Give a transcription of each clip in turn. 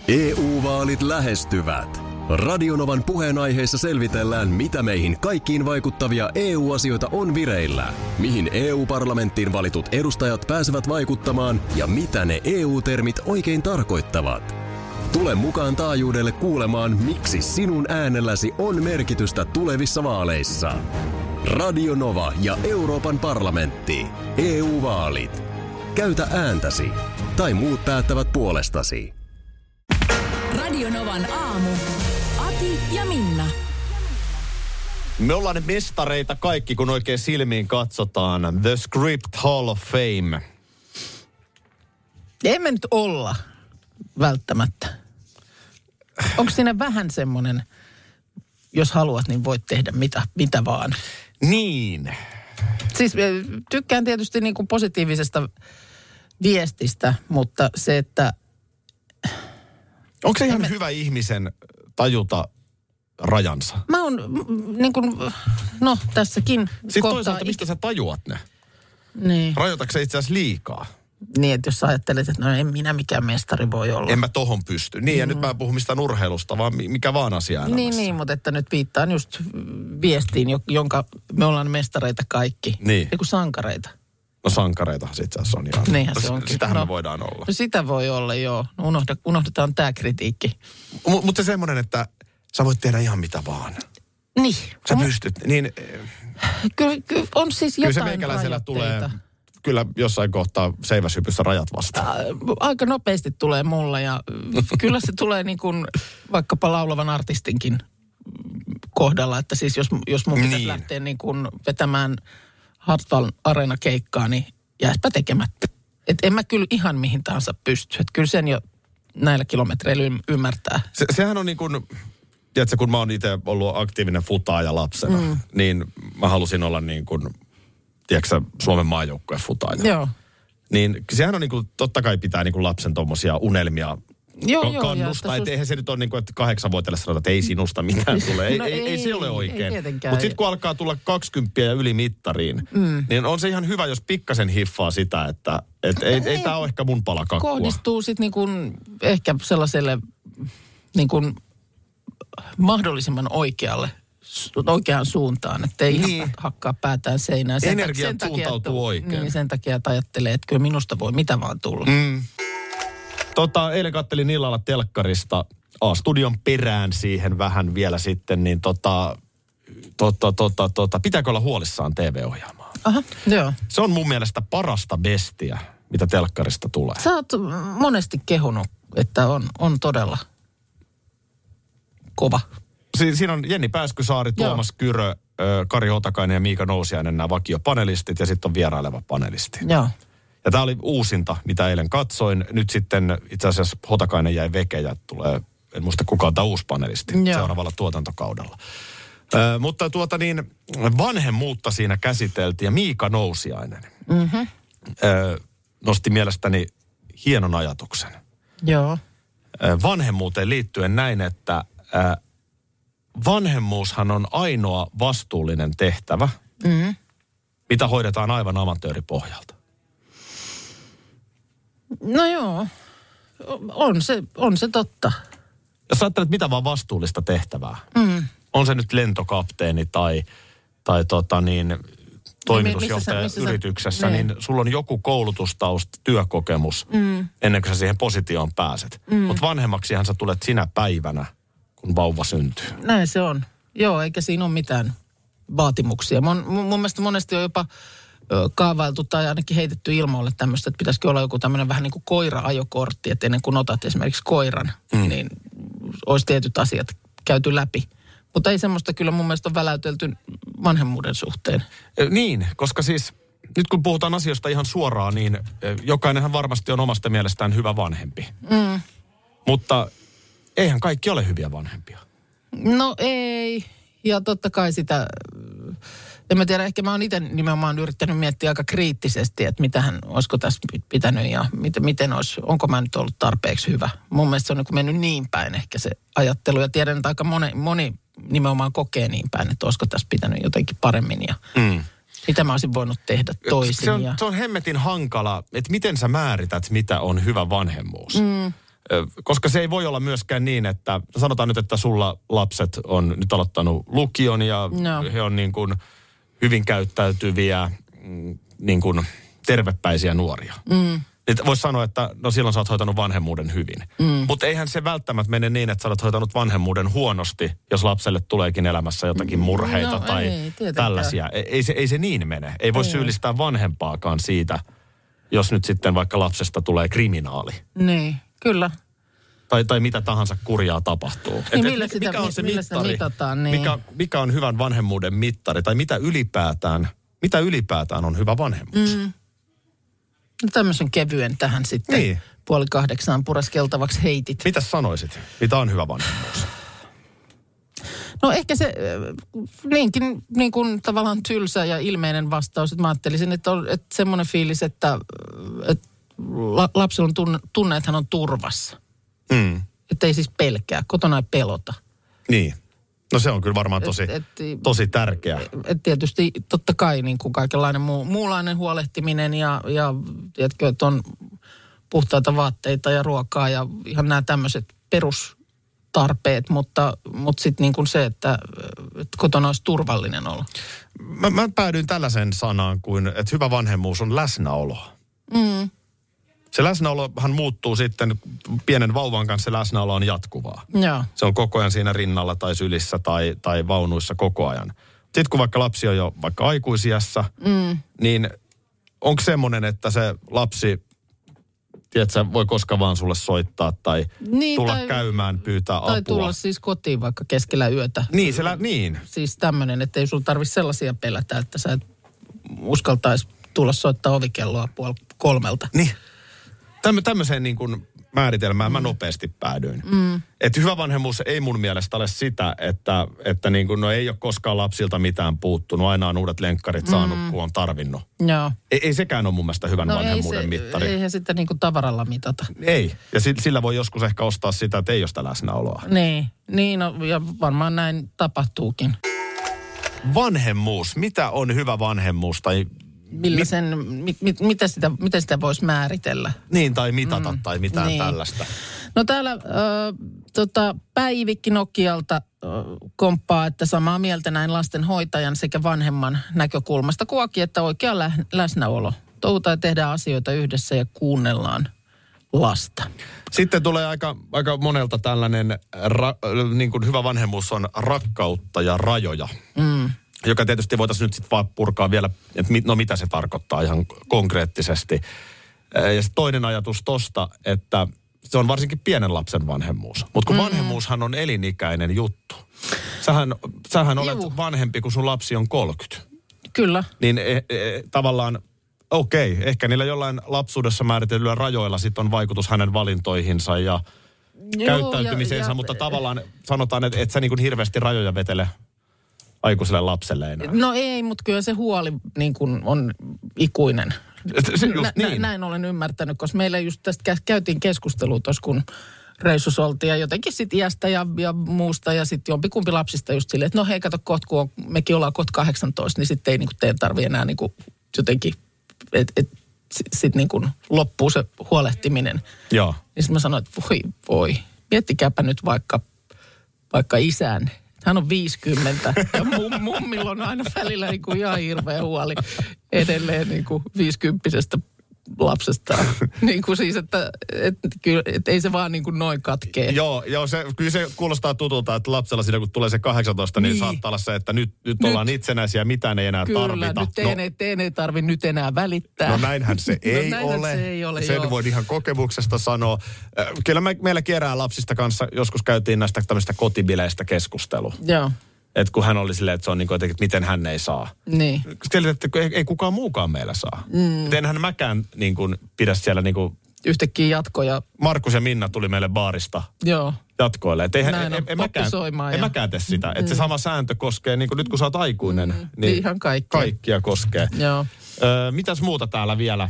EU-vaalit lähestyvät. Radionovan puheenaiheessa selvitellään, mitä meihin kaikkiin vaikuttavia EU-asioita on vireillä, mihin EU-parlamenttiin valitut edustajat pääsevät vaikuttamaan ja mitä ne EU-termit oikein tarkoittavat. Tule mukaan taajuudelle kuulemaan, miksi sinun äänelläsi on merkitystä tulevissa vaaleissa. Radio Nova ja Euroopan parlamentti. EU-vaalit. Käytä ääntäsi. Tai muut päättävät puolestasi. Radio Novan aamu. Ati ja Minna. Me ollaan mestareita kaikki, kun oikein silmiin katsotaan. The Script Hall of Fame. Emme nyt olla välttämättä. Onko siinä vähän semmoinen, jos haluat, niin voit tehdä mitä vaan? Niin. Siis tykkään tietysti niin kuin positiivisesta viestistä, mutta se, että... Onko se ihan hyvä ihmisen tajuta rajansa? Mä oon niin kuin, no tässäkin sitten toisaalta, mistä sä tajuat ne? Niin. Rajoitatko sä itse asiassa liikaa? Niin, että jos sä ajattelet, että no en minä mikään mestari voi olla. En mä tohon pysty. Niin, ja nyt mä en puhu mistään urheilusta, vaan mikä vaan asia elämässä. Niin, mutta että nyt viittaan just viestiin, jonka me ollaan mestareita kaikki. Niin. Niin kuin sankareita. No sankareitahan se itse asiassa on ihan. Niinhän se onkin. Sitähän me voidaan olla. No sitä voi olla, joo. Unohdetaan tämä kritiikki. Mutta se semmoinen, että sä voit tehdä ihan mitä vaan. Niin. Sä pystyt, niin... Kyllä on siis jotain kyllä se meikäläisellä tulee, kyllä jossain kohtaa seiväshypyssä rajat vastaan. Aika nopeasti tulee mulle ja kyllä se tulee niin kuin vaikkapa laulavan artistinkin kohdalla, että siis jos mun pitäisi lähteä niin kuin vetämään Hartwall Arena-keikkaa, niin jääspä tekemättä. Et en mä kyllä ihan mihin tahansa pysty. Et kyllä sen jo näillä kilometreillä ymmärtää. Sehän on niin kuin, tiedätkö, kun mä oon itse ollut aktiivinen futaaja lapsena, niin mä halusin olla niin kuin, tiedätkö, Suomen maajoukkueen futaaja. Joo. Niin sehän on niin kuin, totta kai pitää niin kuin lapsen tommosia unelmia kannustaa. Eihän se nyt ole niin kuin, että 8-vuotiaille sanotaan, että ei sinusta mitään tule. No ei se ole oikein. Mutta sitten kun alkaa tulla 20 ja yli mittariin, niin on se ihan hyvä, jos pikkasen hiffaa sitä, että ei tämä ole ehkä mun pala kakkua. Kohdistuu sitten niin kuin ehkä sellaiselle niin kuin mahdollisimman oikeaan suuntaan, että ei ihan hakkaa päätään seinään. Energiat suuntautuu oikein. Niin, sen takia, että ajattelee, että kyllä minusta voi mitä vaan tulla. Eilen kattelin illalla telkkarista A-studion perään siihen vähän vielä sitten, niin pitääkö olla huolissaan TV-ohjelmaa? Aha, joo. Se on mun mielestä parasta bestiä, mitä telkkarista tulee. Sä oot monesti kehunut, että on todella kova. Siinä on Jenni Pääskysaari, Tuomas Kyrö, Kari Hotakainen ja Miika Nousiainen, nämä vakiopanelistit, ja sitten on vieraileva panelisti. Joo. Ja tämä oli uusinta, mitä eilen katsoin. Nyt sitten itse asiassa Hotakainen jäi veke ja tulee, en muista kuka on tämä uusi panelisti seuraavalla tuotantokaudella. Mutta vanhemmuutta siinä käsiteltiin ja Miika Nousiainen nosti mielestäni hienon ajatuksen. Joo. Vanhemmuuteen liittyen näin, että vanhemmuushan on ainoa vastuullinen tehtävä, mitä hoidetaan aivan amatööripohjalta. No joo, on se totta. Jos ajattelet mitä vaan vastuullista tehtävää, on se nyt lentokapteeni tai toimitusjohtaja yrityksessä, niin sulla on joku koulutustausta, työkokemus ennen kuin sä siihen positioon pääset. Mutta vanhemmaksihan sä tulet sinä päivänä, kun vauva syntyy. Näin se on. Joo, eikä siinä ole mitään vaatimuksia. Mun mielestä monesti on jopa kaavailtu tai ainakin heitetty ilmoille tämmöistä, että pitäisikö olla joku tämmöinen vähän niin kuin koira-ajokortti, että ennen kuin otat esimerkiksi koiran, niin olisi tietyt asiat käyty läpi. Mutta ei semmoista kyllä mun mielestä ole väläytelty vanhemmuuden suhteen. Niin, koska siis nyt kun puhutaan asioista ihan suoraan, niin jokainenhan varmasti on omasta mielestään hyvä vanhempi. Mutta eihän kaikki ole hyviä vanhempia. No ei, ja totta kai sitä... En mä tiedä, ehkä mä oon itse nimenomaan yrittänyt miettiä aika kriittisesti, että olisiko tässä pitänyt ja miten olisi, onko mä nyt ollut tarpeeksi hyvä. Mun mielestä se on mennyt niin päin ehkä se ajattelu ja tiedän, että aika moni nimenomaan kokee niin päin, että olisiko tässä pitänyt jotenkin paremmin ja mitä mä olisin voinut tehdä toisin. Se on hemmetin hankala, että miten sä määrität, mitä on hyvä vanhemmuus. koska se ei voi olla myöskään niin, että sanotaan nyt, että sulla lapset on nyt aloittanut lukion ja he on niin kuin hyvin käyttäytyviä, niin kuin tervepäisiä nuoria. Voisi sanoa, että no silloin sä oot hoitanut vanhemmuuden hyvin. Mutta eihän se välttämättä mene niin, että sä oot hoitanut vanhemmuuden huonosti, jos lapselle tuleekin elämässä jotakin murheita tai tällaisia. Ei se niin mene. Ei voi syyllistää vanhempaakaan siitä, jos nyt sitten vaikka lapsesta tulee kriminaali. Niin, kyllä. Tai mitä tahansa kurjaa tapahtuu. Niin mikä on se mittari? Mitataan, niin. Mikä on hyvän vanhemmuuden mittari? Tai mitä ylipäätään on hyvä vanhemmuus? No tämmöisen kevyen tähän sitten 7:30 pureskeltavaksi heitit. Mitäs sanoisit? Mitä on hyvä vanhemmuus? No ehkä se niinkin niin kuin tavallaan tylsä ja ilmeinen vastaus, että mä ajattelisin, että semmoinen fiilis, että lapsella on tunne, että hän on turvassa. Että ei siis pelkää, kotona ei pelota. Niin. No se on kyllä varmaan tosi tärkeä. Tietysti totta kai niin kuin kaikenlainen muunlainen huolehtiminen ja tiedätkö, että on puhtaita vaatteita ja ruokaa ja ihan nämä tämmöiset perustarpeet, mutta sitten niin kuin se, että kotona olisi turvallinen olo. Mä päädyin tällaisen sanaan kuin, että hyvä vanhemmuus on läsnäolo. Se läsnäolohan muuttuu sitten, pienen vauvan kanssa se läsnäolo on jatkuvaa. Joo. Se on koko ajan siinä rinnalla tai sylissä tai vaunuissa koko ajan. Sitten kun vaikka lapsi on jo vaikka aikuisiässä, niin onko semmoinen, että se lapsi, tiedätkö, voi koska vaan sulle soittaa tai tulla käymään, pyytää apua. Tai tulla siis kotiin vaikka keskellä yötä. Niin. Siis tämmöinen, että ei sulla tarvitse sellaisia pelätä, että sä et uskaltaisi tulla soittaa ovikelloa 2:30. Niin. Tämmöiseen niin kuin määritelmään mä nopeasti päädyin. Että hyvä vanhemmuus ei mun mielestä ole sitä, että niin kuin, no ei ole koskaan lapsilta mitään puuttunut. Aina on uudet lenkkarit saanut, kun on tarvinnut. Joo. Ei sekään ole mun mielestä hyvän vanhemmuuden mittari. Eihän sitä niin kuin tavaralla mitata. Ei. Ja sillä voi joskus ehkä ostaa sitä, että ei ole sitä läsnäoloa. Niin ja varmaan näin tapahtuukin. Vanhemmuus. Mitä on hyvä vanhemmuus tai... Miten sitä voisi määritellä? Niin, tai mitata tai mitään tällaista. No täällä Päivikki Nokialta komppaa, että samaa mieltä näin lastenhoitajan sekä vanhemman näkökulmasta kuvakin, että oikea läsnäolo. Touhutaan ja tehdään asioita yhdessä ja kuunnellaan lasta. Sitten tulee aika monelta tällainen, niin kuin hyvä vanhemmuus on rakkautta ja rajoja. Joka tietysti voitaisiin nyt sitten vaan purkaa vielä, että mitä se tarkoittaa ihan konkreettisesti. Ja se toinen ajatus tosta, että se on varsinkin pienen lapsen vanhemmuus. Mutta kun vanhemmuushan on elinikäinen juttu. Sähän olet vanhempi, kun sun lapsi on 30. Kyllä. Niin tavallaan, ehkä niillä jollain lapsuudessa määritellyillä rajoilla sit on vaikutus hänen valintoihinsa ja käyttäytymiseensä, mutta tavallaan sanotaan, että et sä niin kuin hirveästi rajoja vetele aikuiselle lapselle enää. No ei, mutta kyllä se huoli niin kuin on ikuinen. Se just niin. Näin olen ymmärtänyt, koska meillä just tästä käytiin keskustelua tuossa, kun reissussa oltiin ja jotenkin sitten iästä ja muusta ja sitten jompikumpi lapsista just silleen, että no hei, kato kohta, kun mekin ollaan kohta 18, niin sitten ei niin kuin teidän tarvitse enää niin kuin jotenkin, että sitten niin kuin loppuu se huolehtiminen. Joo. Niin sitten mä sanoin, että voi, miettikääpä nyt vaikka isän. Hän on 50 ja mummilla on aina välillä niin kuin ihan hirveä huoli edelleen niin kuin 50-vuotiaasta lapsesta. Niin kuin siis, että ei se vaan niin kuin noin katkee. Joo, kyllä se kuulostaa tutulta, että lapsella siinä kun tulee se 18, niin saattaa olla se, että nyt ollaan itsenäisiä, mitään ei enää tarvita. Kyllä, nyt teen ei tarvitse nyt enää välittää. No näinhän se ei ole. Sen voin ihan kokemuksesta sanoa. Kyllä meillä kerää lapsista kanssa, joskus käytiin näistä tämmöistä kotibileistä keskustelua. Joo. Että kun hän oli silleen, että se on niin kuin jotenkin, että miten hän ei saa. Niin. Tiedät, että ei kukaan muukaan meillä saa. Enhän mäkään niin kuin pidä siellä niin kuin... Yhtäkkiä jatkoja. Markus ja Minna tuli meille baarista jatkoille. En mäkään tee sitä. Että se sama sääntö koskee, niin kuin nyt kun sä oot aikuinen, niin ihan kaikkia koskee. Joo. Mitäs muuta täällä vielä?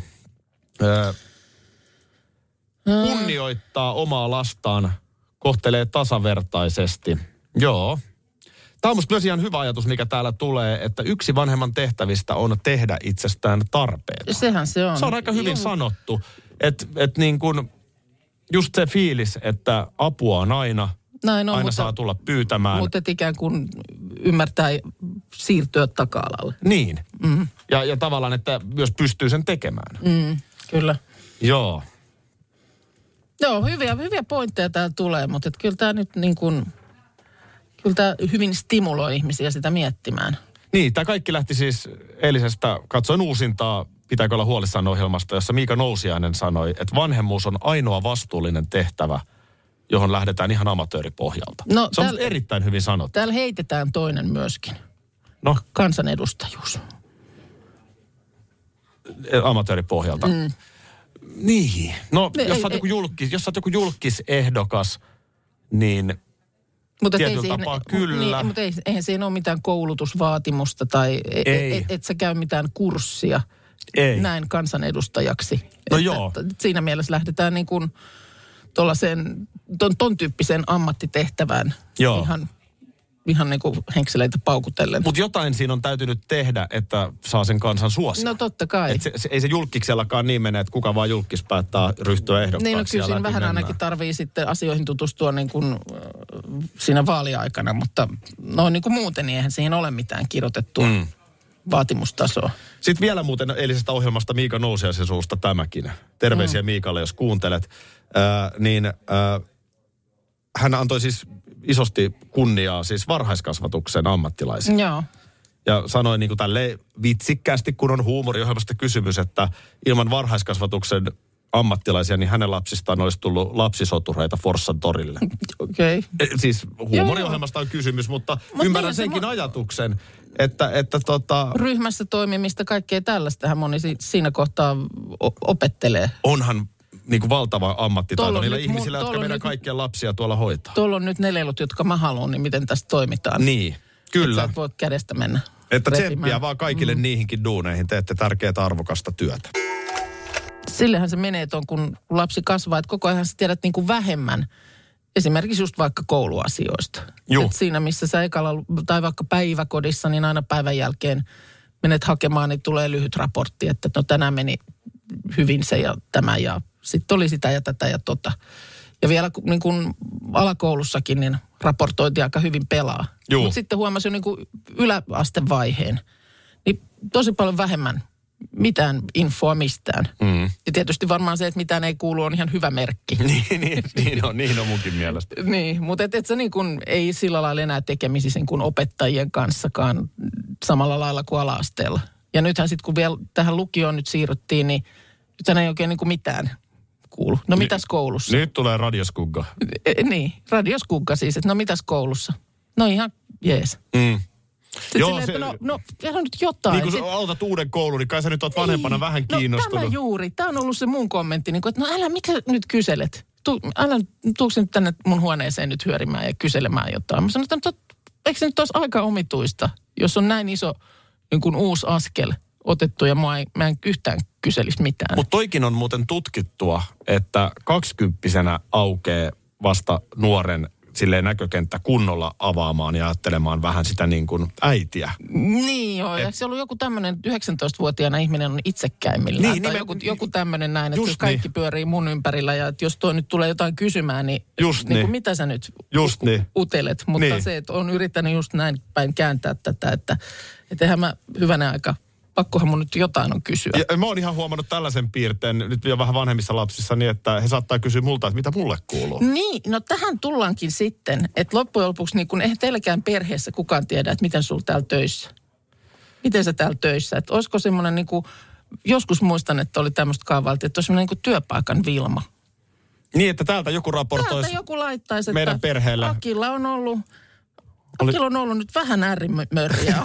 Kunnioittaa omaa lastaan, kohtelee tasavertaisesti. Joo. Tämä on musta myös ihan hyvä ajatus, mikä täällä tulee, että yksi vanhemman tehtävistä on tehdä itsestään tarpeeton. Sehän se on. Se on aika hyvin sanottu, että niin kuin just se fiilis, että apua on aina. Näin on, aina saa tulla pyytämään. Mutta ikään kuin ymmärtää siirtyä taka-alalle. Niin. Mm. Ja tavallaan, että myös pystyy sen tekemään. Kyllä. Joo. Joo, hyviä pointteja täällä tulee, mutta kyllä tämä nyt niin kuin, kyllä tämä hyvin stimuloi ihmisiä sitä miettimään. Niin, tämä kaikki lähti siis eilisestä, katsoin uusintaa, pitääkö olla huolissaan ohjelmasta, jossa Miika Nousiainen sanoi, että vanhemmuus on ainoa vastuullinen tehtävä, johon lähdetään ihan amatööripohjalta. No, se on erittäin hyvin sanottu. Täällä heitetään toinen myöskin. No? Kansanedustajuus. Amatööripohjalta. Niin. No, jos sä oot joku julkisehdokas, niin mutta tietyllä tapaa kyllä. Niin, mutta eihän siinä ole mitään koulutusvaatimusta tai et sä käy mitään kurssia näin kansanedustajaksi. No joo. Siinä mielessä lähdetään niin kuin tuollaiseen, ton tyyppiseen ammattitehtävään ihan niin kuin henkseleitä paukutellen. Mutta jotain siinä on täytynyt tehdä, että saa sen kansan suosia. No totta kai. Ei se julkiksellakaan niin mene, että kuka vaan julkis päättää ryhtyä ehdokkaaksi. Niin, no kyllä siinä vähän ainakin tarvii sitten asioihin tutustua niin kuin siinä vaaliaikana, mutta noin niin kuin muuten, niin eihän siihen ole mitään kirjoitettua vaatimustasoa. Sitten vielä muuten eilisestä ohjelmasta Miika Nousiaisen suusta tämäkin. Terveisiä Miikalle, jos kuuntelet. Hän antoi siis isosti kunniaa siis varhaiskasvatuksen ammattilaisille. Joo. Ja sanoi niin kuin tälleen vitsikkäästi, kun on huumoriohjelmasta kysymys, että ilman varhaiskasvatuksen ammattilaisia, niin hänen lapsistaan olisi tullut lapsisotureita Forssan torille. Okei. Okay. Siis huumoriohjelmasta on kysymys, mutta ymmärrän senkin ajatuksen, että ryhmässä toimimista, kaikkea tällaistähän moni siinä kohtaa opettelee. Onhan niin kuin valtava ammattitaito niillä ihmisillä, jotka meidän kaikkien lapsia tuolla hoitaa. Tuolla on nyt ne lelut, jotka mä haluan, niin miten tästä toimitaan. Niin, kyllä. Että sä voi kädestä mennä että tsemppiä vaan kaikille niihinkin duuneihin. Teette tärkeää arvokasta työtä. Sillehän se menee kun lapsi kasvaa, että koko ajan sä tiedät niin kuin vähemmän. Esimerkiksi just vaikka kouluasioista. Että siinä, missä sä tai vaikka päiväkodissa, niin aina päivän jälkeen menet hakemaan, niin tulee lyhyt raportti, että no tänään meni hyvin se ja tämä ja sitten oli sitä ja tätä ja tota. Ja vielä niin kuin alakoulussakin, niin raportointi aika hyvin pelaa. Mutta sitten huomasin niin kuin yläastevaiheen, niin tosi paljon vähemmän mitään infoa mistään. Ja tietysti varmaan se, että mitään ei kuulu, on ihan hyvä merkki. niin on munkin mielestä. Niin, mutta et se niin kuin ei sillä lailla enää tekemisissä kuin opettajien kanssakaan samalla lailla kuin ala-asteella. Ja nythän sitten kun vielä tähän lukioon nyt siirryttiin, niin nythän ei oikein niin kuin mitään kuulu. No mitäs koulussa? Nyt tulee radioskugga. Niin, radioskugga siis, että no mitäs koulussa? No ihan jees. Joo, silleen, että siellä on nyt jotain. Niin kun sä aloitat uuden koulun, niin kai sä nyt oot vanhempana vähän kiinnostunut. Tämä juuri. Tämä on ollut se mun kommentti, niin kun, että no älä, miksi sä nyt kyselet? Tuuks nyt tänne mun huoneeseen nyt hyörimään ja kyselemään jotain? Mä sanoin, että eikö se nyt olisi aika omituista, jos on näin iso niin kuin uusi askel otettu ja mä en yhtään kyselisi mitään. Mutta toikin on muuten tutkittua, että 20-vuotiaana aukeaa vasta nuoren silleen näkökenttä kunnolla avaamaan ja ajattelemaan vähän sitä niin kuin äitiä. Niin joo, ja se on ollut joku tämmöinen 19-vuotiaana ihminen on itsekkäimmillään. Niin, tai joku tämmöinen näin, että jos kaikki pyörii mun ympärillä ja että jos toi nyt tulee jotain kysymään, niin, kuin mitä sä nyt utelet. Mutta se, että on yrittänyt just näin päin kääntää tätä, että eihän mä hyvänä aika, pakkohan mun nyt jotain on kysyä. Ja mä oon ihan huomannut tällaisen piirteen nyt jo vähän vanhemmissa lapsissa niin, että he saattaa kysyä multa, että mitä mulle kuuluu. Niin, no tähän tullaankin sitten, että loppujen lopuksi niin kun eihän teilläkään perheessä kukaan tiedä, että miten sulla täällä töissä. Miten sä täällä töissä, että olisiko semmoinen niin kuin, joskus muistan, että oli tämmöistä kaavailta, että olisi semmoinen niin kuin työpaikan Vilma. Niin, että täältä joku raportoisi täältä joku laittaisi, että meidän perheellä. Akilla on ollut nyt vähän äärimörriä.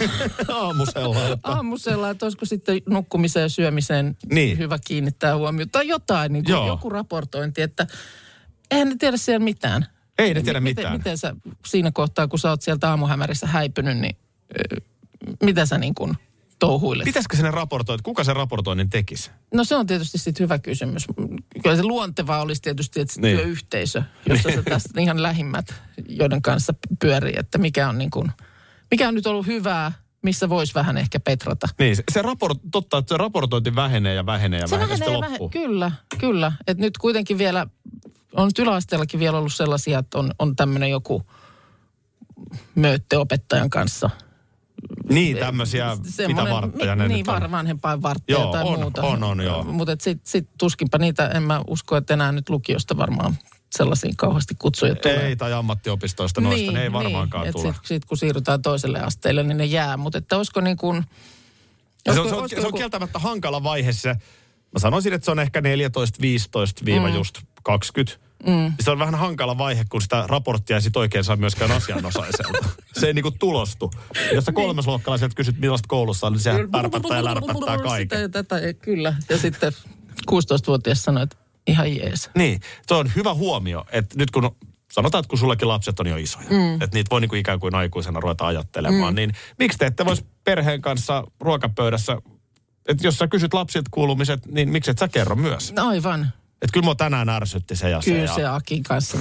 Aamusella, että olisiko sitten nukkumiseen ja syömiseen hyvä kiinnittää huomiota. Tai jotain, niin kuin joku raportointi, että eihän ne tiedä siellä mitään. Ei ne tiedä mitään. Miten sä siinä kohtaa, kun sä oot sieltä aamuhämärissä häipynyt, niin mitä sä niin kuin touhuilet? Pitäisikö sinne raportoida? Kuka sen raportoinnin tekisi? No se on tietysti sitten hyvä kysymys. Kyllä se luontevaa olisi tietysti, että työyhteisö, jossa se tässä ihan lähimmät, joiden kanssa pyörii, että mikä on nyt ollut hyvää, missä voisi vähän ehkä petrata. Niin, totta, että se raportointi vähenee ja vähenee ja vähenee sitten loppuu. Kyllä. Että nyt kuitenkin vielä on nyt yläasteellakin vielä ollut sellaisia, että on tämmöinen joku möötte opettajan kanssa. Niin, tämmöisiä mitä vartteja ne niin, nyt on. vanhempainvartteja tai muuta. On, joo. Mutta sit tuskinpa niitä, en mä usko, että enää nyt lukiosta varmaan sellaisiin kauheasti kutsuja tulee. Ei, tai ammattiopistoista noista, ne ei varmaankaan tule. Sitten kun siirrytään toiselle asteelle, niin ne jää. Mutta että olisiko niin kuin... Se on kieltämättä hankala vaihe se. Mä sanoisin, että se on ehkä 14-15 just 20. Se on vähän hankala vaihe, kun sitä raporttia ei sit oikein saa myöskään asianosaiselta. Se ei niinku tulostu. Jos sä kolmasluokkalaiselta kysyt, millaista koulussa on, niin sehän pärpättää ja lärpättää kaiken. Kyllä. Ja sitten 16-vuotias sanoi, että ihan jees. Niin, se on hyvä huomio, että nyt kun sanotaan, että kun sullakin lapset on jo isoja, että niitä voi niinku ikään kuin aikuisena ruveta ajattelemaan, niin miksi te ette vois perheen kanssa ruokapöydässä, että jos sä kysyt lapsilta kuulumiset, niin miksi et sä kerro myös? Aivan. Että kyllä mua tänään ärsytti se ja se. Kyllä se Akin kanssa.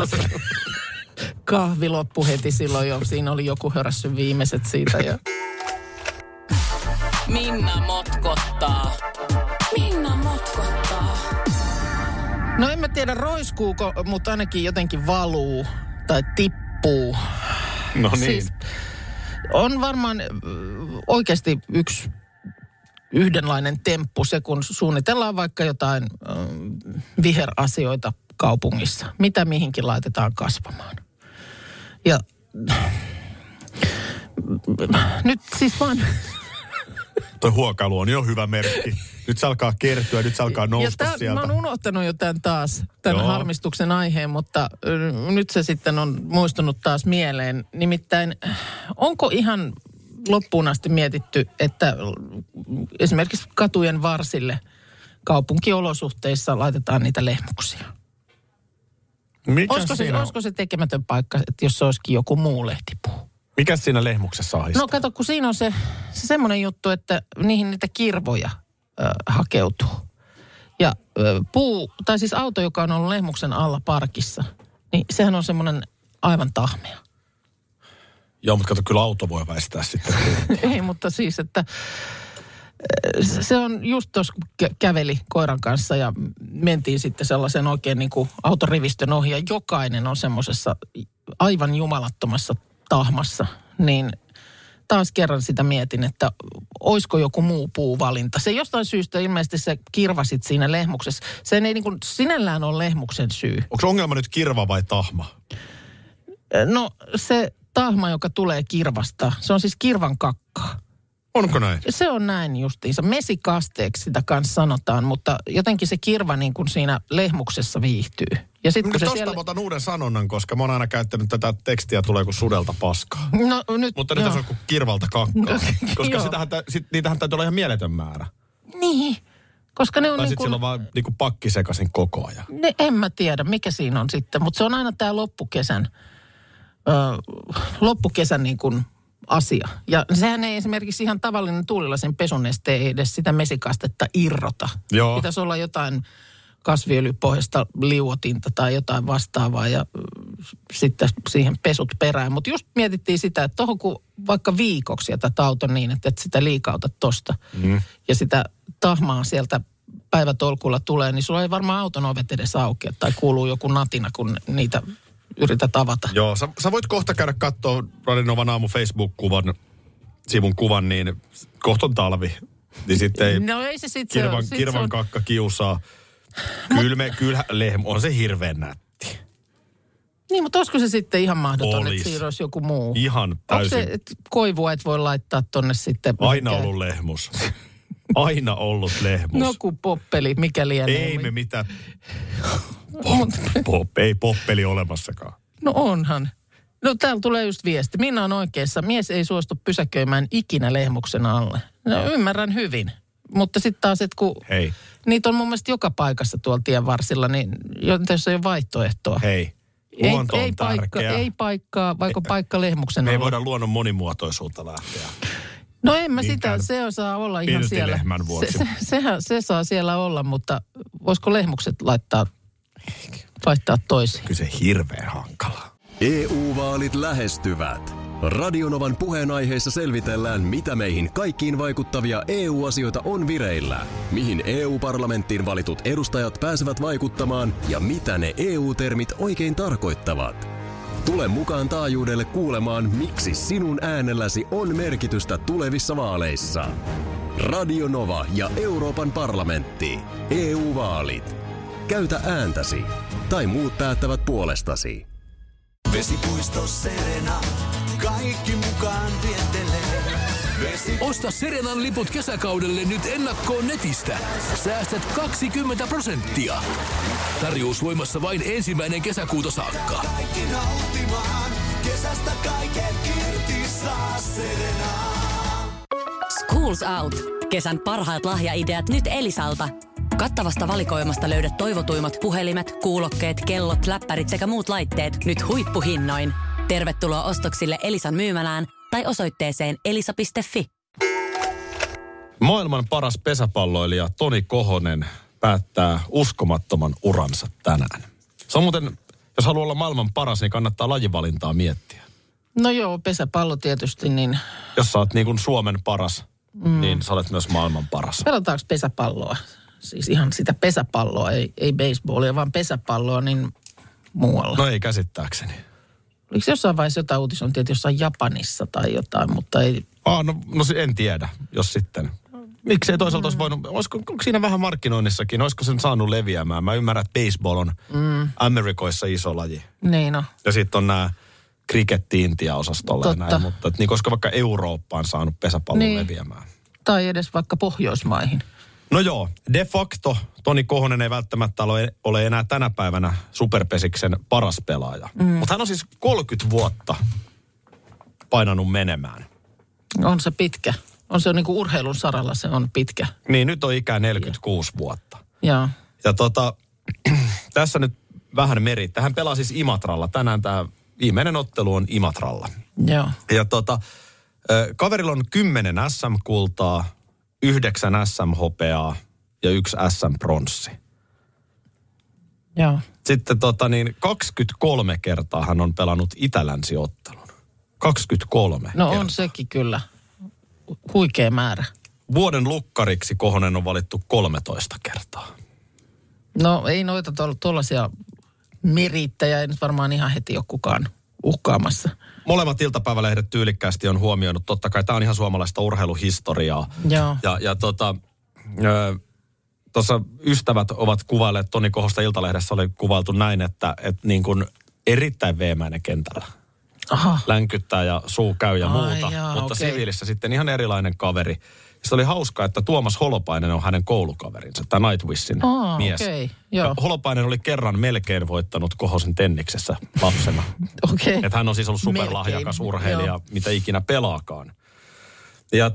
Kahvi loppu heti silloin jo. Siinä oli joku hörässy viimeiset siitä. Ja... Minna motkottaa. Minna motkottaa. No en mä tiedä roiskuuko, mutta ainakin jotenkin valuu tai tippuu. No niin. Siis on varmaan oikeasti yhdenlainen temppu se, kun suunnitellaan vaikka jotain viherasioita kaupungissa. Mitä mihinkin laitetaan kasvamaan. Ja nyt siis vaan... Toi huokailu on jo hyvä merkki. Nyt se alkaa kertyä, nyt se alkaa nousta sieltä. Mä oon unohtanut jo tämän harmistuksen aiheen, mutta nyt se sitten on muistunut taas mieleen. Nimittäin, onko ihan loppuun asti mietitty, että esimerkiksi katujen varsille kaupunkiolosuhteissa laitetaan niitä lehmuksia? Olisiko se tekemätön paikka, että jos se olisikin joku muu lehtipuu? Mikäs siinä lehmuksessa ahistaa? No kato, kun siinä on se semmoinen juttu, että niihin niitä kirvoja hakeutuu. Ja tai siis auto, joka on ollut lehmuksen alla parkissa, niin sehän on semmoinen aivan tahmea. Joo, mutta kato, kyllä auto voi väistää sitten. Ei, mutta siis, että se on just tuossa, kun käveli koiran kanssa ja mentiin sitten sellaisen oikein niin kuin autorivistön ohi ja jokainen on semmoisessa aivan jumalattomassa tahmassa, niin taas kerran sitä mietin, että olisiko joku muu puuvalinta. Se jostain syystä ilmeisesti se kirvasit siinä lehmuksessa. Se ei niin kuin sinällään ole lehmuksen syy. Onko ongelma nyt kirva vai tahma? No se tahma, joka tulee kirvasta, se on siis kirvan kakkaa. Onko näin? Se on näin justiinsa. Mesikasteeksi sitä kanssa sanotaan, mutta jotenkin se kirva niin kuin siinä lehmuksessa viihtyy. Ja sit, kun tosta otan uuden sanonnan, koska mä oon aina käyttänyt tätä tekstiä tulee kuin sudelta paskaa. No, nyt, mutta nyt se on kuin kirvalta kakkaa. Koska niitähän täytyy olla ihan mieletön määrä. Niin, koska ne on tai niin sitten sillä on vaan niin kuin pakki sekaisin koko ajan. En mä tiedä, mikä siinä on sitten. Mutta se on aina tämä loppukesän niin kuin asia. Ja sehän ei esimerkiksi ihan tavallinen tuulilaisen pesuneste ei edes sitä mesikastetta irrota. Joo. Pitäisi olla jotain kasviöljypohjasta liuotinta tai jotain vastaavaa ja sitten siihen pesut perään. Mutta just mietittiin sitä, että tohon kun vaikka viikoksi jätät auton niin, että et sitä liikauta tosta ja sitä tahmaa sieltä päivätolkulla tulee, niin sulla ei varmaan auton ovet edes aukea tai kuuluu joku natina, kun niitä yrität avata. Joo, sä voit kohta käydä katsoa Radio Novan aamu Facebook-kuvan, sivun kuvan, niin kohta on talvi. Niin sitten ei, no ei se sitten kirvan kakka kiusaa. Kyllä lehmä on se hirveän nätti. Niin, mutta olisiko se sitten ihan mahdoton, että siinä olisi joku muu? Ihan täysin. Onko se, että koivua et voi laittaa tonne sitten? Aina ollut lehmus. Aina ollut lehmus. No kun poppeli, mikä lienee. Ei me mitään. Ei poppeli olemassakaan. No onhan. No täällä tulee just viesti. Minna on oikeassa. Mies ei suostu pysäköimään ikinä lehmuksen alle. No ymmärrän hyvin. Mutta sitten taas, että kun niitä on mun mielestä joka paikassa tuolla tien varsilla, niin jos ei ole vaihtoehtoa. Hei, luonto on tärkeä. Ei paikkaa, vaikka paikka lehmuksen me alla. ei voida luonnon monimuotoisuutta lähteä. No en mä sitä, se saa olla ihan siellä. Lehmän vuoksi. Se saa siellä olla, mutta voisiko lehmukset vaihtaa toisiin? Kyllä se hirveän hankalaa. EU-vaalit lähestyvät. Radionovan puheenaiheessa selvitellään, mitä meihin kaikkiin vaikuttavia EU-asioita on vireillä, mihin EU-parlamenttiin valitut edustajat pääsevät vaikuttamaan ja mitä ne EU-termit oikein tarkoittavat. Tule mukaan taajuudelle kuulemaan, miksi sinun äänelläsi on merkitystä tulevissa vaaleissa. Radio Nova ja Euroopan parlamentti. EU-vaalit. Käytä ääntäsi. Tai muut päättävät puolestasi. Vesipuisto Serena. Kaikki mukaan viettelee. Osta Serenan liput kesäkaudelle nyt ennakkoon netistä. Säästät 20%. Tarjous voimassa vain 1. kesäkuuta saakka. Kaikki nauttimaan. Kesästä kaiken irti saa Serena. Schools Out. Kesän parhaat lahjaideat nyt Elisalta. Kattavasta valikoimasta löydät toivotuimmat puhelimet, kuulokkeet, kellot, läppärit sekä muut laitteet nyt huippuhinnoin. Tervetuloa ostoksille Elisan myymälään tai osoitteeseen elisa.fi. Maailman paras pesäpalloilija Toni Kohonen päättää uskomattoman uransa tänään. Se on muuten, jos haluaa olla maailman paras, niin kannattaa lajivalintaa miettiä. No joo, pesäpallo tietysti, niin... Jos sä oot niin kuin Suomen paras, niin sä olet myös maailman paras. Pelataanko pesäpalloa? Siis ihan sitä pesäpalloa, ei baseballia, vaan pesäpalloa, niin muualla. No ei käsittääkseni. Oliko jossain vaiheessa jotain uutisointia, että jossain Japanissa tai jotain, mutta ei... No en tiedä, jos sitten. Miksei toisaalta olisi voinut, onko siinä vähän markkinoinnissakin, olisiko sen saanut leviämään? Mä ymmärrän, että baseball on Amerikoissa iso laji. Niin no. Ja sitten on nämä kriketti-Intia-osastolla ja näin, mutta niin koska vaikka Eurooppa on saanut pesäpallon leviämään. Tai edes vaikka Pohjoismaihin. No joo, de facto Toni Kohonen ei välttämättä ole enää tänä päivänä Superpesiksen paras pelaaja. Mutta hän on siis 30 vuotta painanut menemään. On se pitkä. On se niin kuin urheilun saralla, se on pitkä. Niin, nyt on ikää 46 vuotta. Joo. Ja tässä nyt vähän merittää. Hän pelaa siis Imatralla. Tänään tämä viimeinen ottelu on Imatralla. Joo. Ja kaverilla on 10 SM-kultaa, 9 SM-hopeaa ja 1 SM-pronssi. Joo. Sitten 23 kertaa hän on pelannut Itä-Länsi-ottelun. 23 No kertaa. on sekin kyllä. Huikea määrä. Vuoden lukkariksi Kohonen on valittu 13 kertaa. No ei noita tuollaisia merittäjä, ei nyt varmaan ihan heti ole kukaan uhkaamassa. Molemmat iltapäivälehdet tyylikkäästi on huomioinut. Totta kai tämä on ihan suomalaista urheiluhistoriaa. Joo. Ja tuossa ystävät ovat kuvailleet, Toni Kohosta Iltalehdessä oli kuvailtu näin, että niin kuin erittäin veemäinen kentällä. Aha. Länkyttää ja suu käy ja muuta. Mutta siviilissä sitten ihan erilainen kaveri. Se oli hauskaa, että Tuomas Holopainen on hänen koulukaverinsa, tämä Nightwishin mies. Okay. Joo. Holopainen oli kerran melkein voittanut Kohosen tenniksessä lapsena. Okei. Että hän on siis ollut superlahjakas urheilija, mitä ikinä pelaakaan. Ja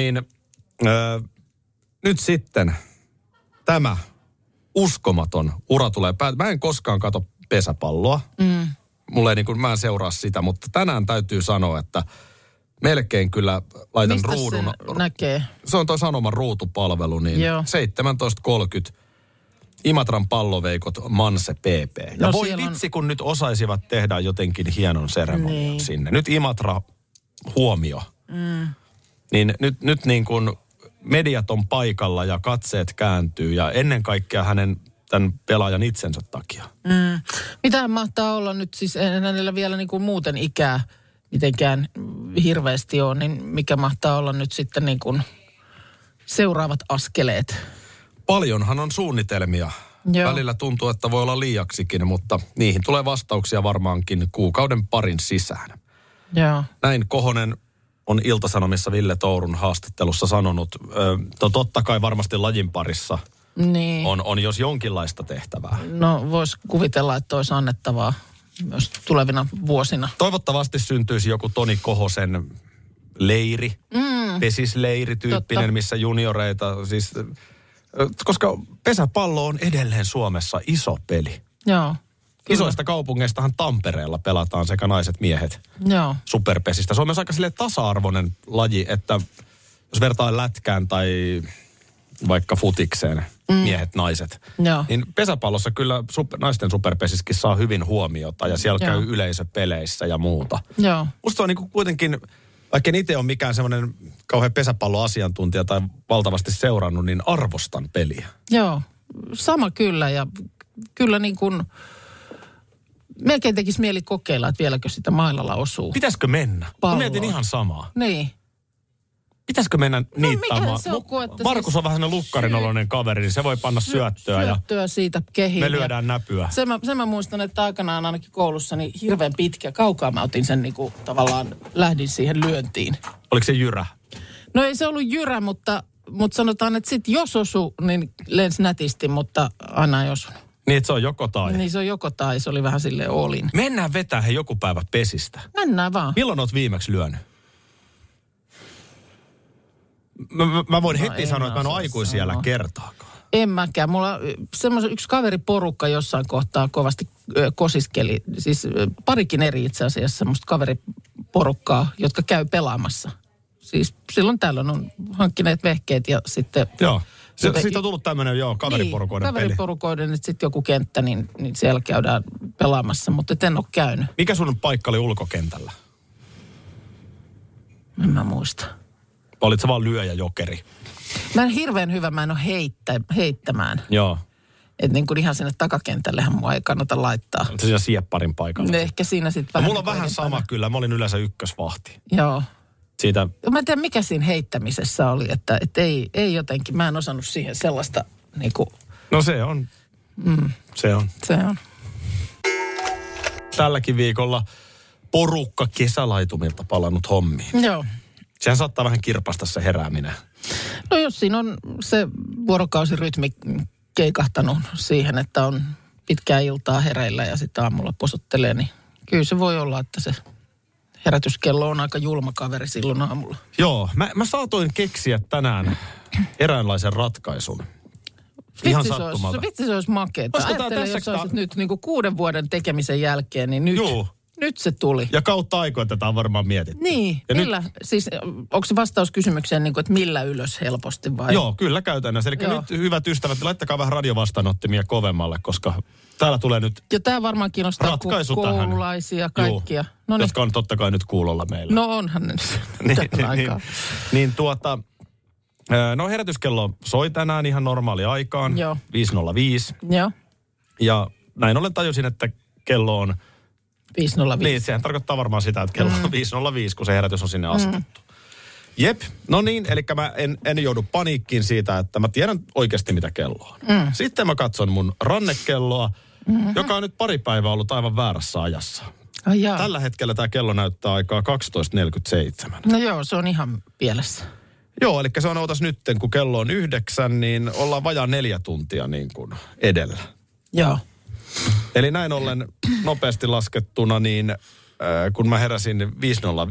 nyt sitten tämä uskomaton ura tulee Mä en koskaan katso pesäpalloa. Mulle ei mä en seuraa sitä, mutta tänään täytyy sanoa, että melkein kyllä laitan mistä ruudun. Sen näkee? Se on toi Sanoman ruutupalvelu, niin 17.30 Imatran palloveikot Manse PP. Ja No voi vitsi, kun nyt osaisivat tehdä jotenkin hienon seremonian sinne. Nyt Imatra huomio. Niin nyt niin kuin mediat on paikalla ja katseet kääntyy ja ennen kaikkea tämän pelaajan itsensä takia. Mitähän mahtaa olla nyt, siis en hänellä vielä niin kuin muuten ikää mitenkään hirveästi ole, niin mikä mahtaa olla nyt sitten niin kuin seuraavat askeleet? Paljonhan on suunnitelmia. Joo. Välillä tuntuu, että voi olla liiaksikin, mutta niihin tulee vastauksia varmaankin kuukauden parin sisään. Joo. Näin Kohonen on Ilta-Sanomissa Ville Tourun haastattelussa sanonut. Totta kai varmasti lajin parissa niin on jos jonkinlaista tehtävää. No voisi kuvitella, että olisi annettavaa myös tulevina vuosina. Toivottavasti syntyisi joku Toni Kohosen leiri, pesisleiri tyyppinen, totta, missä junioreita, siis, koska pesäpallo on edelleen Suomessa iso peli. Joo. Kyllä. Isoista kaupungeistahan Tampereella pelataan sekä naiset miehet superpesistä. Se on myös aika silleen tasa-arvoinen laji, että jos vertaa lätkään tai vaikka futikseen, miehet, naiset. Joo. Niin pesäpallossa kyllä naisten superpesiskin saa hyvin huomiota ja siellä käy yleisöpeleissä ja muuta. Joo. Musta se on niinku kuitenkin, vaikka en itse ole mikään semmoinen kauhean pesäpalloasiantuntija tai valtavasti seurannut, niin arvostan peliä. Joo, sama kyllä ja kyllä niin kuin melkein tekisi mieli kokeilla, että vieläkö sitä mailalla osuu. Pitäisikö mennä? Palloa. Mä mietin ihan samaa. Niin. Pitäisikö mennä niittaamaan? Se on, Markus on vähän sellainen lukkarinoloinen kaveri, niin se voi panna syöttöä. Syöttöä siitä kehiin. Me lyödään näpyä. Sen mä muistan, että aikanaan ainakin koulussa niin hirveän pitkä. Kaukaa mä otin sen niin kuin, tavallaan, lähdin siihen lyöntiin. Oliko se jyrä? No ei se ollut jyrä, mutta sanotaan, että sit jos osu, niin lensi nätisti, mutta aina ei osunut. Niin, että se on joko tai. Niin se on joko tai, se oli vähän silleen olin. Mennään vetää he joku päivä pesistä. Mennään vaan. Milloin oot viimeksi lyönyt? Mä voin heti sanoa, että mä en ole aikuisiellä kertaakaan. En mäkään. Mulla semmoisen yksi kaveriporukka jossain kohtaa kovasti kosiskeli. Siis parikin eri itse asiassa semmoista kaveriporukkaa, jotka käy pelaamassa. Siis silloin tällöin on hankkineet vehkeet ja sitten... Joo. Siitä on tullut tämmöinen, kaveriporukoiden peli. Kaveriporukoiden, että sitten joku kenttä, niin siellä käydään pelaamassa, mutta en ole käynyt. Mikä sun paikka oli ulkokentällä? En mä muista. Olit sä vaan lyöjäjokeri? Mä en hirveän hyvä, mä en ole heittämään. Joo. Että niin kuin ihan sinne takakentällehän mua ei kannata laittaa. Onko se siinä siepparin paikalla? Ehkä siinä sitten vähän... Mulla on vähän sama kyllä, mä olin yleensä ykkösvahti. Joo. Siitä... Mä en tiedä, mikä siinä heittämisessä oli, että ei jotenkin, mä en osannut siihen sellaista niin kuin... No se on. Se on. Se on. Tälläkin viikolla porukka kesälaitumilta palannut hommiin. Joo. Sehän saattaa vähän kirpasta se herääminen. No jos siinä on se vuorokausirytmi keikahtanut siihen, että on pitkää iltaa hereillä ja sitten aamulla posottelee, niin kyllä se voi olla, että se herätyskello on aika julma kaveri silloin aamulla. Joo, mä saatoin keksiä tänään eräänlaisen ratkaisun. Ihan sattumalta. Vitsi se olisi makeeta. Ajattele, jos olisit nyt niin kuin 6 vuoden tekemisen jälkeen, niin nyt se tuli. Ja kautta aikoin tätä on varmaan mietitty. Niin, ja millä, siis onko se vastaus kysymykseen, niin kuin, että millä ylös helposti vai? Joo, kyllä käytännössä. Eli nyt hyvät ystävät, laittakaa vähän radiovastaanottimia kovemmalle, koska täällä tulee nyt ja tämä varmaan kiinnostaa koululaisia kaikkia. Noniin. Jotka on totta kai nyt kuulolla meillä. No onhan ne tätä aikaa. No herätyskello soi tänään ihan normaali aikaan. Joo. 5.05. Joo. Ja näin ollen tajusin, että kello on 5.05. Niin, sehän tarkoittaa varmaan sitä, että kello on 5.05, kun se herätys on sinne asetettu. Jep, no niin, eli mä en joudu paniikkiin siitä, että mä tiedän oikeasti mitä kello on. Sitten mä katson mun rannekelloa, joka on nyt pari päivää ollut aivan väärässä ajassa. Tällä hetkellä tämä kello näyttää aikaa 12.47. No joo, se on ihan pielessä. Joo, eli se on ootas nytten, kun kello on 9, niin ollaan vajaa 4 tuntia niin kuin edellä. Joo. Eli näin ollen nopeasti laskettuna, niin kun mä heräsin 5.05,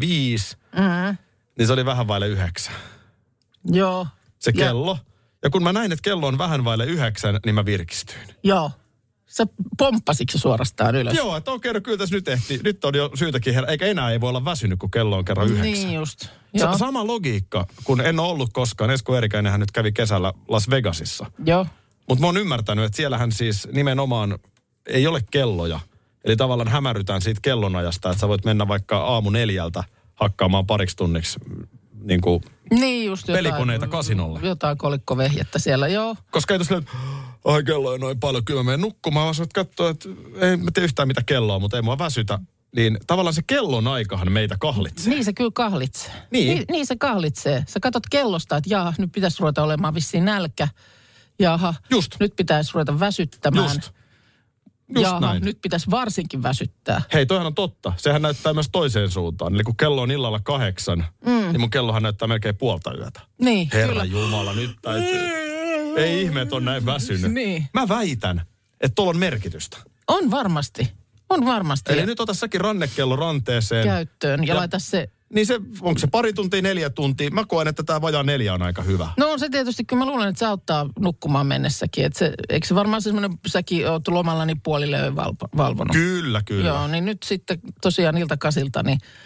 niin se oli vähän vaille 9. Joo. Se kello. Ja kun mä näin, että kello on vähän vaille 9, niin mä virkistyin. Joo. Sä pomppasitko suorastaan ylös? Joo, että okei, no kyllä tässä nyt on jo syytäkin eikä enää ei voi olla väsynyt, kun kello on kerran 9. Niin just. Sama logiikka, kun en ole ollut koskaan. Esko Eerikäinenhän nyt kävi kesällä Las Vegasissa. Joo. Mutta mä oon ymmärtänyt, että siellähän siis nimenomaan ei ole kelloja. Eli tavallaan hämärrytään siitä kellonajasta, että sä voit mennä vaikka aamu 4 hakkaamaan pariksi tunniksi niin kuin just pelikoneita kasinolle. Jotain kolikkovehjettä siellä, joo. Koska ei tosiaan, ai kello ei noin paljon, kyllä mä menen nukkumaan, vaan sä voit katsoa, että ei mä tiedä yhtään mitä kelloa, mutta ei mua väsytä. Niin tavallaan se kellon aikahan meitä kahlitsee. Niin se kyllä kahlitsee. Niin se kahlitsee. Sä katot kellosta, että jaha, nyt pitäisi ruveta olemaan vissiin nälkä. Jaha, nyt pitäisi ruveta väsyttämään. Jaha, näin. Nyt pitäisi varsinkin väsyttää. Hei, toihan on totta. Sehän näyttää myös toiseen suuntaan. Eli kun kello on illalla 8, niin mun kellohan näyttää melkein puolta yötä. Niin, Herra Jumala, nyt täytyy. Ei ihme, että on näin väsynyt. Niin. Mä väitän, että tuolla on merkitystä. On varmasti. Eli nyt ota säkin rannekello ranteeseen. Käyttöön ja laita se... Niin se, onko se 2 tuntia, 4 tuntia? Mä koen, että tämä vajaa 4 on aika hyvä. No on se tietysti, kyllä mä luulen, että se auttaa nukkumaan mennessäkin. Että se, eikö se varmaan semmoinen, säkin oot lomalla niin puolille valvonut? Kyllä. Joo, niin nyt sitten tosiaan iltakasilta, niin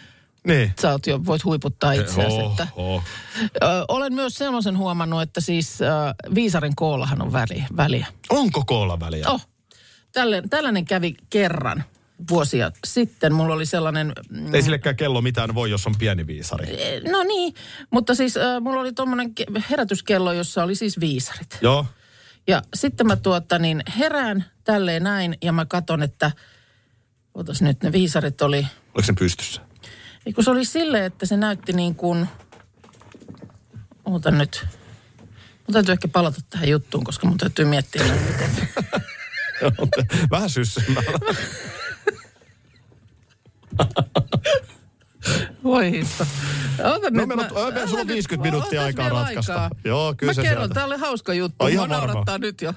Niin. Sä voit huiputtaa itseäsi. Olen myös sellaisen huomannut, että siis viisarin koollahan on väliä. Onko koolla väliä? Tällainen kävi kerran vuosia sitten. Mulla oli sellainen... Ei sillekään kello mitään voi, jos on pieni viisari. No niin, mutta siis mulla oli tommonen herätyskello, jossa oli siis viisarit. Joo. Ja sitten mä herään tälleen näin ja mä katon, että otas nyt ne viisarit oli... Oliko se pystyssä? Kun se oli silleen, että se näytti niin kuin... Ootan nyt. Mun täytyy ehkä palata tähän juttuun, koska mun täytyy miettiä, miten... Vähän syssymällä. Voi hitto. Sulla on 50 minuuttia aikaa ratkaista. Joo, kyllä mä kerron, tää oli hauska juttu. Mä naurattaa nyt jo.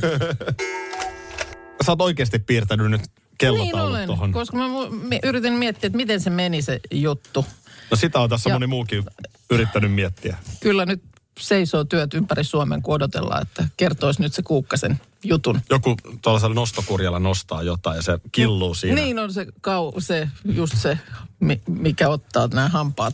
Sä oot oikeasti piirtänyt nyt kellotaulut tohon. Koska mä yritin miettiä, että miten se meni se juttu. No sitä on tässä moni muukin yrittänyt miettiä. Kyllä nyt seisoo työt ympäri Suomen, kun odotellaan, että kertoisi nyt se Kuukkasen jutun. Joku tuollaisella nostokurjalla nostaa jotain ja se killuu siinä. Niin on just se, mikä ottaa nämä hampaat.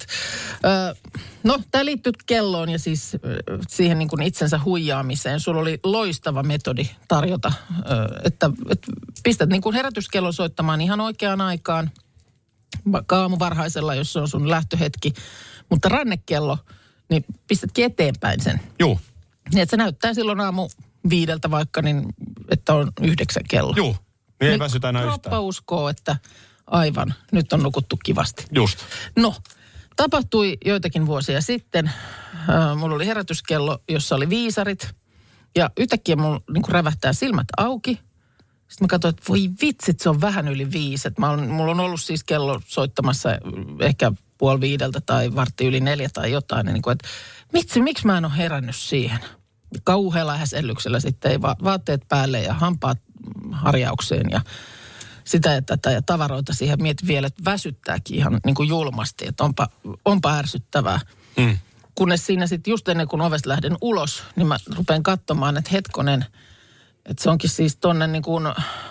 Tämä liittyy kelloon ja siis siihen niin kuin itsensä huijaamiseen. Sulla oli loistava metodi tarjota, että pistät niin kuin herätyskellon soittamaan ihan oikeaan aikaan, vaikka aamuvarhaisella, jos se on sun lähtöhetki. Mutta rannekello, niin pistätkin eteenpäin sen. Joo. Niin, että se näyttää silloin 5 vaikka, niin että on 9 kello. Joo, niin ei väsytä enää yhtään. Kroppa uskoo, että aivan, nyt on nukuttu kivasti. Just. No, tapahtui joitakin vuosia sitten. Mulla oli herätyskello, jossa oli viisarit. Ja yhtäkkiä mulla niin kuin rävähtää silmät auki. Sitten mä katsoin, että voi vitsit, se on vähän yli 5. Mulla on ollut siis kello soittamassa ehkä 4:30 tai 4:15 tai jotain. Niin kuin, että miksi mä en ole herännyt siihen? Kauhealla häsellyksellä sitten ei vaatteet päälle ja hampaat harjaukseen ja sitä ja tätä ja tavaroita siihen. Mietin vielä, että väsyttääkin ihan niin kuin julmasti, että onpa ärsyttävää. Kunnes siinä sitten just ennen kuin ovesta lähden ulos, niin mä rupean katsomaan, että hetkonen, että se onkin siis tonne niin kuin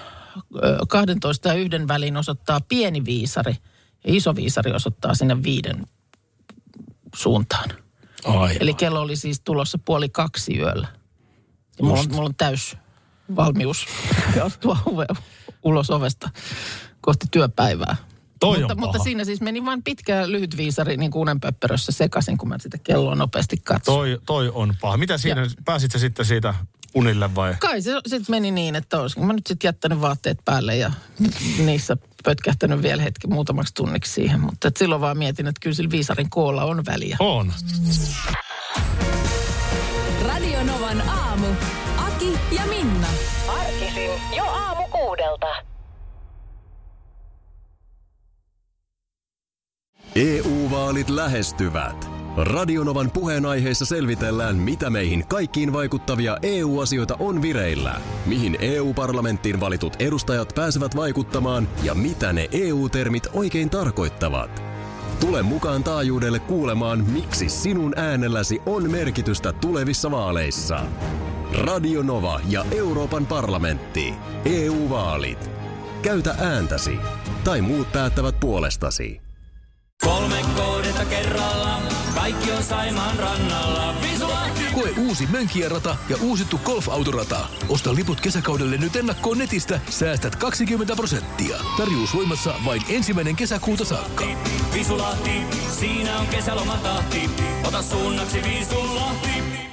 12 ja 1 väliin osoittaa pieni viisari ja iso viisari osoittaa sinne 5 suuntaan. Aivan. Eli kello oli siis tulossa 1:30 yöllä. Ja mulla on täys valmius astua ulos ovesta kohti työpäivää. Mutta siinä siis meni vain pitkä lyhyt viisari niin kuin unenpöppörössä sekaisin, kun mä sitä kelloa nopeasti katsoin. Toi on paha. Mitä siinä, pääsit sä sitten siitä unille vai? Kai se sitten meni niin, että olisinko mä nyt sitten jättänyt vaatteet päälle ja niissä pötkähtänyt vielä muutamaksi tunniksi siihen. Mutta silloin vaan mietin, että kyllä sillä viisarin koolla on väliä. On. Radio Novan aamu. Aki ja Minna. Arkisin jo 6:00. EU-vaalit lähestyvät. Radionovan puheenaiheessa selvitellään, mitä meihin kaikkiin vaikuttavia EU-asioita on vireillä, mihin EU-parlamenttiin valitut edustajat pääsevät vaikuttamaan ja mitä ne EU-termit oikein tarkoittavat. Tule mukaan taajuudelle kuulemaan, miksi sinun äänelläsi on merkitystä tulevissa vaaleissa. Radio Nova ja Euroopan parlamentti. EU-vaalit. Käytä ääntäsi. Tai muut päättävät puolestasi. 3 kohdetta kerralla, kaikki on Saimaan rannalla. Visulahti! Koe uusi Mönkijärata ja uusittu golfautorata. Osta liput kesäkaudelle nyt ennakkoon netistä, säästät 20%. Tarjous voimassa vain 1. kesäkuuta saakka. Visulahti, siinä on kesälomatahti. Ota suunnaksi Visulahti.